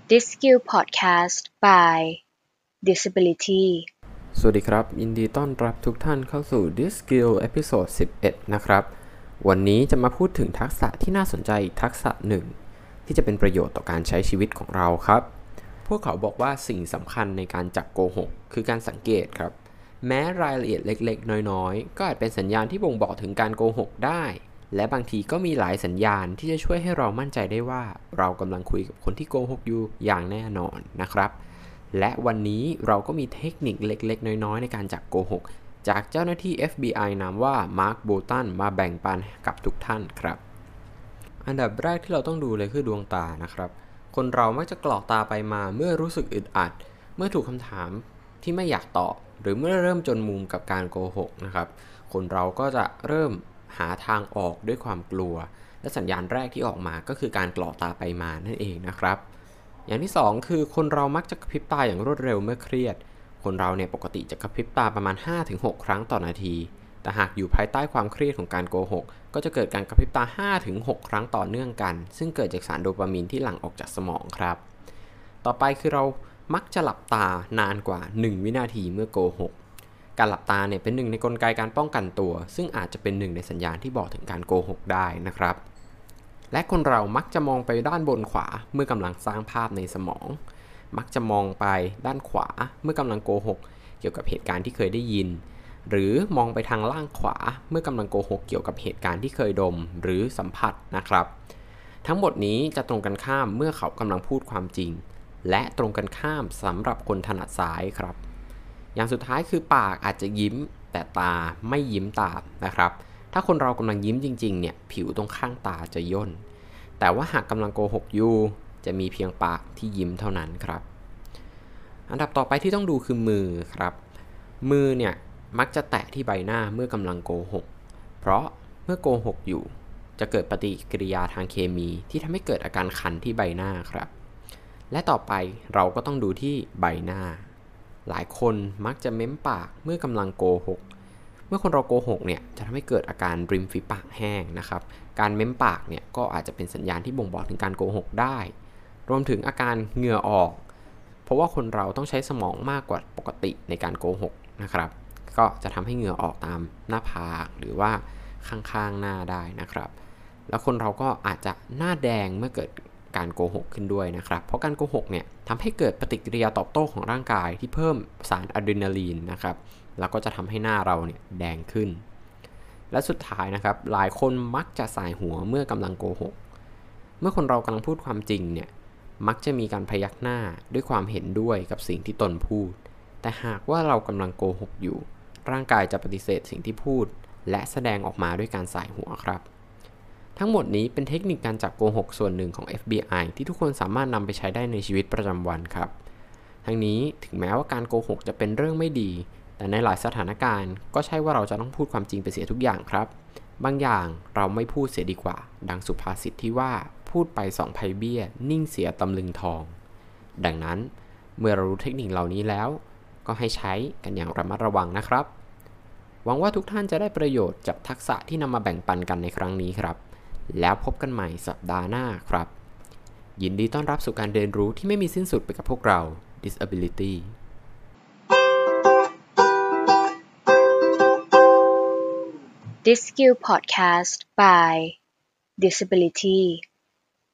This Skill Podcast by Disability สวัสดีครับยินดีต้อนรับทุกท่านเข้าสู่ This Skill เอพิโซด 11 นะครับวันนี้จะมาพูดถึงทักษะที่น่าสนใจทักษะหนึ่งที่จะเป็นประโยชน์ต่อการใช้ชีวิตของเราครับพวกเขาบอกว่าสิ่งสำคัญในการจับโกหกคือการสังเกตครับแม้รายละเอียดเล็กๆน้อยๆก็อาจเป็นสัญญาณที่บ่งบอกถึงการโกหกได้และบางทีก็มีหลายสัญญาณที่จะช่วยให้เรามั่นใจได้ว่าเรากำลังคุยกับคนที่โกหกอยู่อย่างแน่นอนนะครับและวันนี้เราก็มีเทคนิคเล็กๆน้อยๆในการจับโกหกจากเจ้าหน้าที่ FBI นามว่ามาร์คโบตันมาแบ่งปันกับทุกท่านครับอันดับแรกที่เราต้องดูเลยคือดวงตานะครับคนเรามักจะกรอกตาไปมาเมื่อรู้สึกอึดอัดเมื่อถูกคำถามที่ไม่อยากตอบหรือเมื่อเริ่มจนมุมกับการโกหกนะครับคนเราก็จะเริ่มหาทางออกด้วยความกลัวและสัญญาณแรกที่ออกมาก็คือการกรอกตาไปมานั่นเองนะครับอย่างที่2คือคนเรามักจะกระพริบตาอย่างรวดเร็วเมื่อเครียดคนเราเนี่ยปกติจะกระพริบตาประมาณ 5-6 ครั้งต่อนาทีแต่หากอยู่ภายใต้ความเครียดของการโกหกก็จะเกิดการกระพริบตา 5-6 ครั้งต่อเนื่องกันซึ่งเกิดจากสารโดปามีนที่หลั่งออกจากสมองครับต่อไปคือเรามักจะหลับตานานกว่า1วินาทีเมื่อโกหกการหลับตาเนี่ยเป็นหนึ่งในกลไกการป้องกันตัวซึ่งอาจจะเป็นหนึ่งในสัญญาณที่บอกถึงการโกหกได้นะครับและคนเรามักจะมองไปด้านบนขวาเมื่อกำลังสร้างภาพในสมองมักจะมองไปด้านขวาเมื่อกำลังโกหกเกี่ยวกับเหตุการณ์ที่เคยได้ยินหรือมองไปทางล่างขวาเมื่อกำลังโกหกเกี่ยวกับเหตุการณ์ที่เคยดมหรือสัมผัสนะครับทั้งหมดนี้จะตรงกันข้ามเมื่อเขากำลังพูดความจริงและตรงกันข้ามสำหรับคนถนัดซ้ายครับอย่างสุดท้ายคือปากอาจจะยิ้มแต่ตาไม่ยิ้มตามนะครับถ้าคนเรากำลังยิ้มจริงๆเนี่ยผิวตรงข้างตาจะย่นแต่ว่าหากกำลังโกหกอยู่จะมีเพียงปากที่ยิ้มเท่านั้นครับอันดับต่อไปที่ต้องดูคือมือครับมือเนี่ยมักจะแตะที่ใบหน้าเมื่อกำลังโกหกเพราะเมื่อโกหกอยู่จะเกิดปฏิกิริยาทางเคมีที่ทำให้เกิดอาการคันที่ใบหน้าครับและต่อไปเราก็ต้องดูที่ใบหน้าหลายคนมักจะเม้มปากเมื่อกำลังโกหกเมื่อคนเราโกหกเนี่ยจะทำให้เกิดอาการริมฝีปากแห้งนะครับการเม้มปากเนี่ยก็อาจจะเป็นสัญญาณที่บ่งบอกถึงการโกหกได้รวมถึงอาการเหงื่อออกเพราะว่าคนเราต้องใช้สมองมากกว่าปกติในการโกหกนะครับก็จะทำให้เหงื่อออกตามหน้าผากหรือว่าข้างๆหน้าได้นะครับแล้วคนเราก็อาจจะหน้าแดงเมื่อเกิดการโกหกขึ้นด้วยนะครับเพราะการโกหกเนี่ยทำให้เกิดปฏิกิริยาตอบโต้ของร่างกายที่เพิ่มสารอะดรีนาลีนนะครับแล้วก็จะทำให้หน้าเราเนี่ยแดงขึ้นและสุดท้ายนะครับหลายคนมักจะสายหัวเมื่อกำลังโกหกเมื่อคนเรากำลังพูดความจริงเนี่ยมักจะมีการพยักหน้าด้วยความเห็นด้วยกับสิ่งที่ตนพูดแต่หากว่าเรากำลังโกหกอยู่ร่างกายจะปฏิเสธสิ่งที่พูดและแสดงออกมาด้วยการสายหัวครับทั้งหมดนี้เป็นเทคนิคการจับโกหกส่วนหนึ่งของ FBI ที่ทุกคนสามารถนำไปใช้ได้ในชีวิตประจำวันครับทั้งนี้ถึงแม้ว่าการโกหกจะเป็นเรื่องไม่ดีแต่ในหลายสถานการณ์ก็ใช่ว่าเราจะต้องพูดความจริงไปเสียทุกอย่างครับบางอย่างเราไม่พูดเสียดีกว่าดังสุภาษิตที่ว่าพูดไป2 ไพเบี้ยนิ่งเสียตำลึงทองดังนั้นเมื่อเรารู้เทคนิคเหล่านี้แล้วก็ให้ใช้กันอย่างระมัดระวังนะครับหวังว่าทุกท่านจะได้ประโยชน์จากทักษะที่นำมาแบ่งปันกันในครั้งนี้ครับแล้วพบกันใหม่สัปดาห์หน้าครับยินดีต้อนรับสู่การเรียนรู้ที่ไม่มีสิ้นสุดไปกับพวกเรา Disability This Skill Podcast by Disability